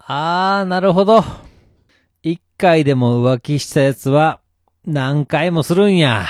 なるほど。一回でも浮気したやつは何回もするんや。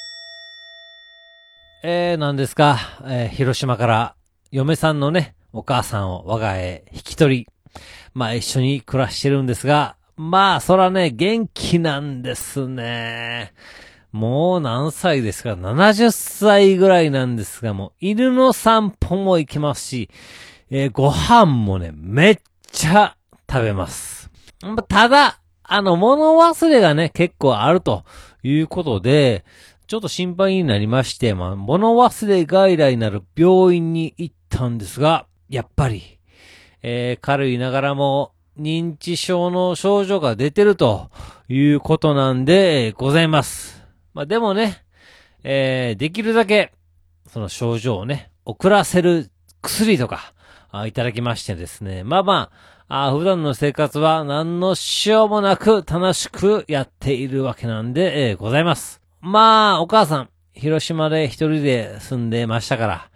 何ですか、広島から嫁さんのね、お母さんを我が家へ引き取り、一緒に暮らしてるんですが、そらね、元気なんですね。もう何歳ですか ?70 歳ぐらいなんですが、もう犬の散歩も行きますし、ご飯もね、めっちゃ食べます。ただ、物忘れがね、結構あるということで、ちょっと心配になりまして、物忘れ外来なる病院に行ったんですが、やっぱり、軽いながらも認知症の症状が出てるということなんでございます。でもね、できるだけ、その症状をね、遅らせる薬とか、いただきましてですね。普段の生活は何の支障もなく楽しくやっているわけなんで、ございます。お母さん、広島で一人で住んでましたから、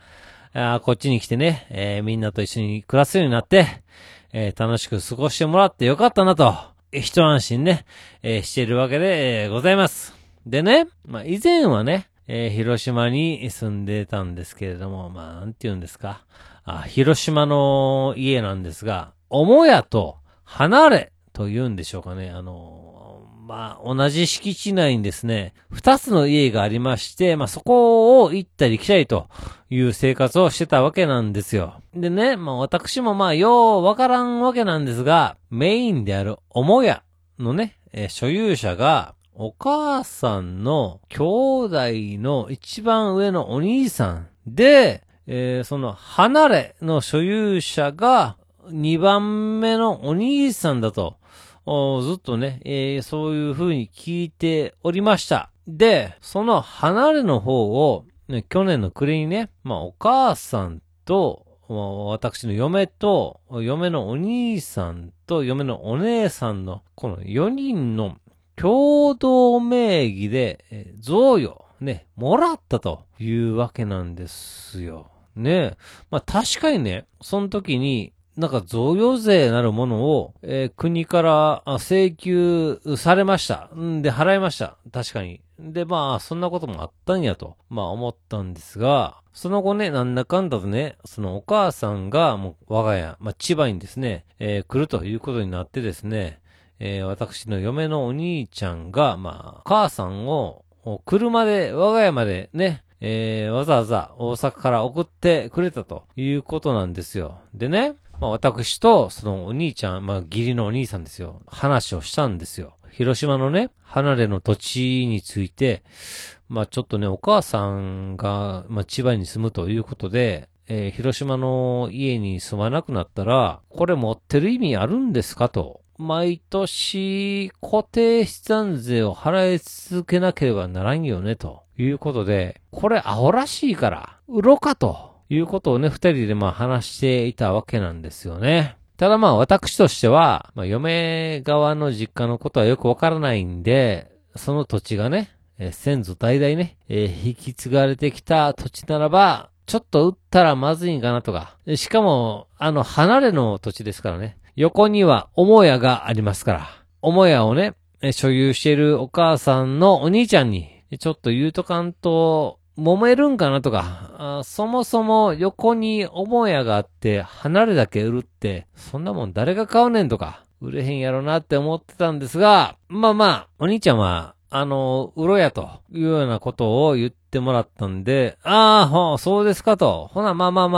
こっちに来てね、みんなと一緒に暮らすようになって、楽しく過ごしてもらってよかったなと、一安心ね、しているわけで、ございます。でね、以前はね、広島に住んでたんですけれども、なんて言うんですか。広島の家なんですが、母屋と離れと言うんでしょうかね。同じ敷地内にですね、二つの家がありまして、そこを行ったり来たりという生活をしてたわけなんですよ。でね、私もようわからんわけなんですが、メインである母屋のね、所有者が、お母さんの兄弟の一番上のお兄さんで、その離れの所有者が2番目のお兄さんだと、ずっとね、そういう風に聞いておりました。で、その離れの方を、去年の暮れにね、お母さんと、私の嫁と、嫁のお兄さんと、嫁のお姉さんの、この4人の共同名義で、贈与、ね、もらったというわけなんですよ。ね。確かにね、その時に、贈与税なるものを、国から請求されました。んで、払いました。確かに。で、そんなこともあったんやと、思ったんですが、その後ね、なんだかんだとね、そのお母さんが、もう、我が家、千葉にですね、来るということになってですね、私の嫁のお兄ちゃんが、母さんを、車で、我が家までね、わざわざ大阪から送ってくれたということなんですよ。でね、私とそのお兄ちゃん、義理のお兄さんですよ。話をしたんですよ。広島のね、離れの土地について、ちょっとね、お母さんが、千葉に住むということで、広島の家に住まなくなったら、これ持ってる意味あるんですかと。毎年固定資産税を払い続けなければならんよね、ということで、これアホらしいから、売ろうかということをね、二人で話していたわけなんですよね。ただ私としては、嫁側の実家のことはよくわからないんで、その土地がね、先祖代々ね、引き継がれてきた土地ならば、ちょっと売ったらまずいんかなとか。しかも、離れの土地ですからね。横には母屋がありますから。母屋をね、所有しているお母さんのお兄ちゃんに、ちょっと言うとかんと、揉めるんかなとか、そもそも横に母屋があって、離れだけ売るって、そんなもん誰が買うねんとか、売れへんやろなって思ってたんですが、お兄ちゃんは、売ろやというようなことを言ってもらったんで、そうですかと。ほな、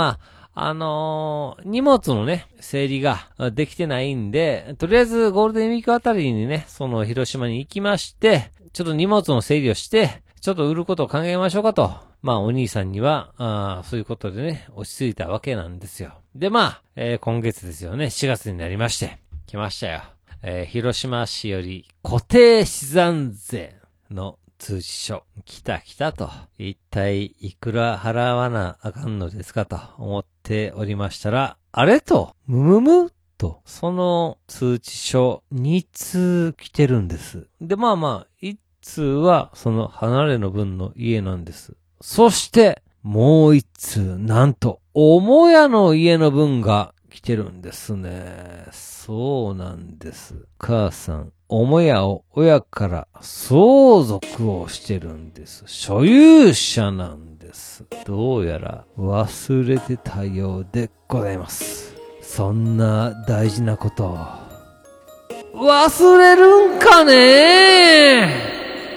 荷物のね、整理ができてないんで、とりあえずゴールデンウィークあたりにね、その広島に行きまして、ちょっと荷物の整理をして、ちょっと売ることを考えましょうかと。お兄さんには、そういうことでね、落ち着いたわけなんですよ。で、今月ですよね、4月になりまして、来ましたよ。広島市より固定資産税の通知書。来たと。一体いくら払わなあかんのですかと思っておりましたら、あれと、むむむと、その通知書2通来てるんです。で、1通はその離れの分の家なんです。そして、もう1通、なんと、母屋の家の分が来てるんですね。そうなんです。母さん、母屋を親から相続をしてるんです。所有者なんです。どうやら忘れてたようでございます。そんな大事なことを忘れるんかね。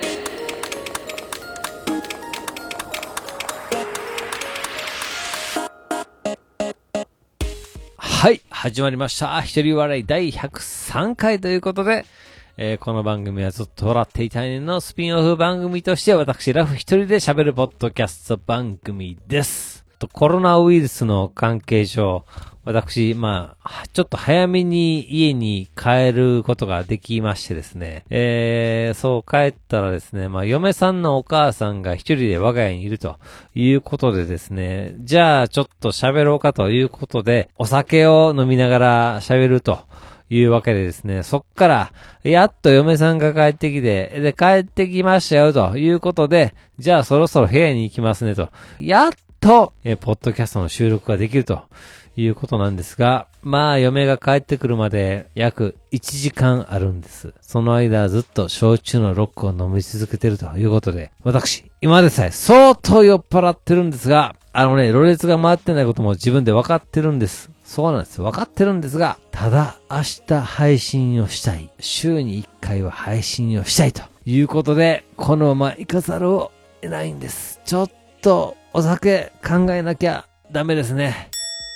はい、始まりました。一人笑い第103回ということで、この番組はずっと笑っていたいねのスピンオフ番組として私ラフ一人で喋るポッドキャスト番組です。コロナウイルスの関係上、私、ちょっと早めに家に帰ることができましてですね。そう帰ったらですね、嫁さんのお母さんが一人で我が家にいるということでですね、じゃあちょっと喋ろうかということで、お酒を飲みながら喋るというわけでですね、そっから、やっと嫁さんが帰ってきて、で、帰ってきましたよということで、じゃあそろそろ部屋に行きますねと。やっと、ポッドキャストの収録ができるということなんですが、嫁が帰ってくるまで約1時間あるんです。その間ずっと焼酎のロックを飲み続けてるということで、私、今でさえ相当酔っ払ってるんですが、ろれつが回ってないことも自分で分かってるんです。そうなんです。分かってるんですが、ただ明日配信をしたい。週に1回は配信をしたいということで、このまま行かざるを得ないんです。ちょっとお酒考えなきゃダメですね。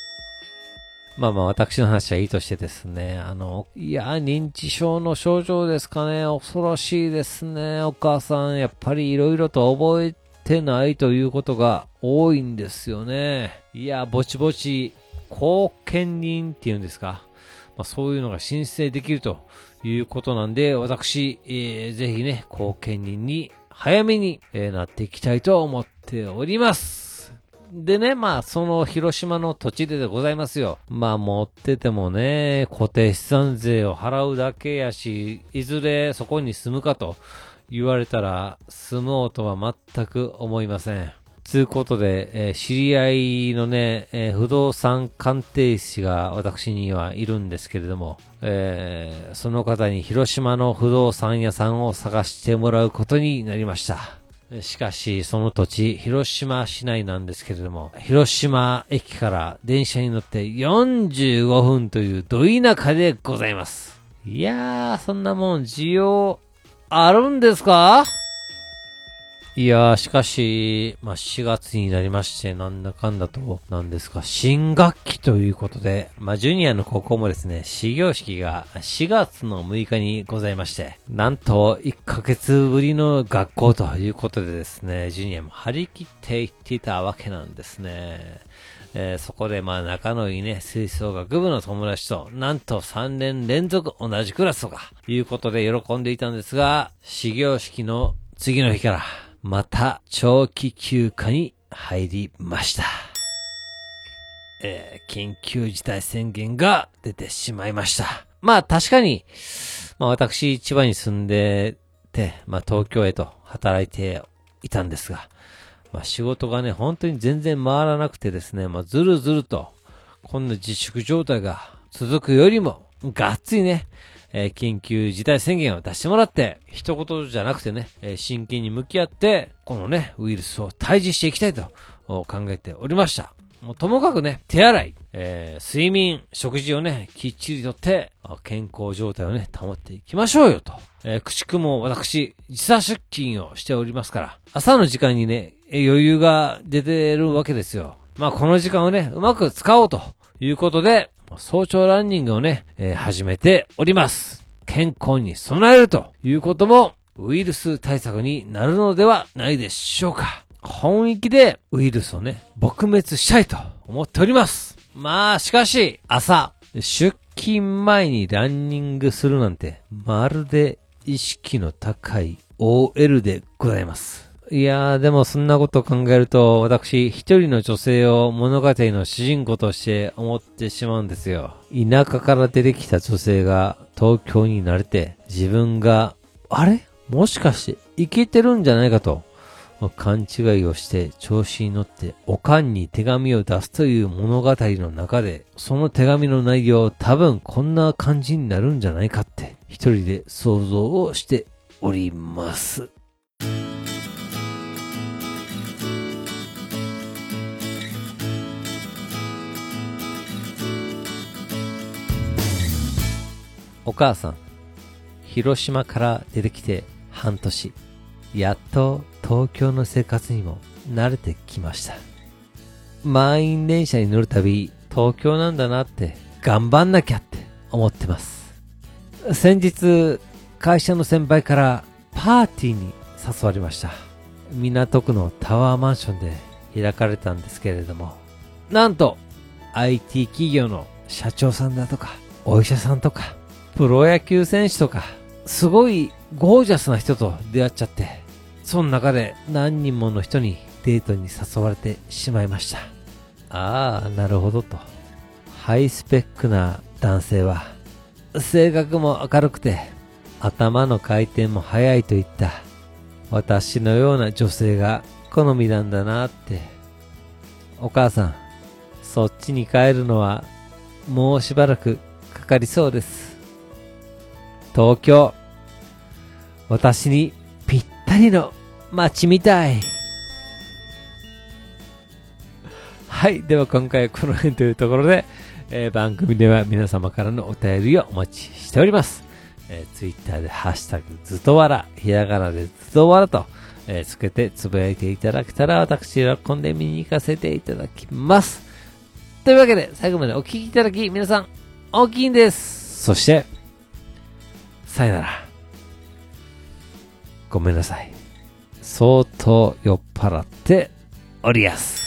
私の話はいいとしてですね、認知症の症状ですかね、恐ろしいですね。お母さん、やっぱり色々と覚えてないということが多いんですよね。ぼちぼち、後見人っていうんですか。そういうのが申請できるということなんで、私、ぜひね、後見人に早めに、なっていきたいと思っております。でね、その広島の土地でございますよ。持っててもね、固定資産税を払うだけやし、いずれそこに住むかと言われたら、住もうとは全く思いません。ということで、知り合いのね、不動産鑑定士が私にはいるんですけれども、その方に広島の不動産屋さんを探してもらうことになりました。しかし、その土地、広島市内なんですけれども、広島駅から電車に乗って45分というど田舎でございます。そんなもん需要あるんですか？しかし、4月になりまして、なんだかんだと、なんですか、新学期ということで、ジュニアの高校もですね、始業式が4月の6日にございまして、なんと1ヶ月ぶりの学校ということでですね、ジュニアも張り切って行っていたわけなんですね。そこで仲のいいね、吹奏楽部の友達と、なんと3年連続同じクラスとか、いうことで喜んでいたんですが、始業式の次の日から、また長期休暇に入りました。緊急事態宣言が出てしまいました。確かに、私千葉に住んでて、東京へと働いていたんですが、仕事がね、本当に全然回らなくてですね、ずるずると、こんな自粛状態が続くよりも、がっつりね、緊急事態宣言を出してもらって、一言じゃなくてね、真剣に向き合って、このね、ウイルスを退治していきたいと考えておりました。ともかくね、手洗い、睡眠、食事をね、きっちりとって、健康状態をね、保っていきましょうよと。くしくも私、時差出勤をしておりますから、朝の時間にね、余裕が出てるわけですよ。この時間をね、うまく使おうということで、早朝ランニングをね、始めております。健康に備えるということもウイルス対策になるのではないでしょうか。本意気でウイルスをね、撲滅したいと思っております。しかし、朝、出勤前にランニングするなんて、まるで意識の高い OL でございます。でもそんなことを考えると、私一人の女性を物語の主人公として思ってしまうんですよ。田舎から出てきた女性が東京に慣れて、自分が、あれもしかしてイケてるんじゃないかと勘違いをして調子に乗っておかんに手紙を出すという物語の中で、その手紙の内容多分こんな感じになるんじゃないかって一人で想像をしております。お母さん、広島から出てきて半年。やっと東京の生活にも慣れてきました。満員電車に乗るたび東京なんだなって頑張んなきゃって思ってます。先日会社の先輩からパーティーに誘われました。港区のタワーマンションで開かれたんですけれども、なんと IT 企業の社長さんだとかお医者さんとかプロ野球選手とかすごいゴージャスな人と出会っちゃって、その中で何人もの人にデートに誘われてしまいました。ああ、なるほどと。ハイスペックな男性は性格も明るくて頭の回転も速いといった私のような女性が好みなんだなって。お母さん、そっちに帰るのはもうしばらくかかりそうです。東京、私にぴったりの街みたい。はい。では今回はこの辺というところで、番組では皆様からのお便りをお待ちしております。ツイッターでハッシュタグずとわら、ひらがなでずとわらと、つけてつぶやいていただけたら私喜んで見に行かせていただきます。というわけで最後までお聞きいただき皆さん大きいんです。そしてさよなら。ごめんなさい。相当酔っ払っておりやす。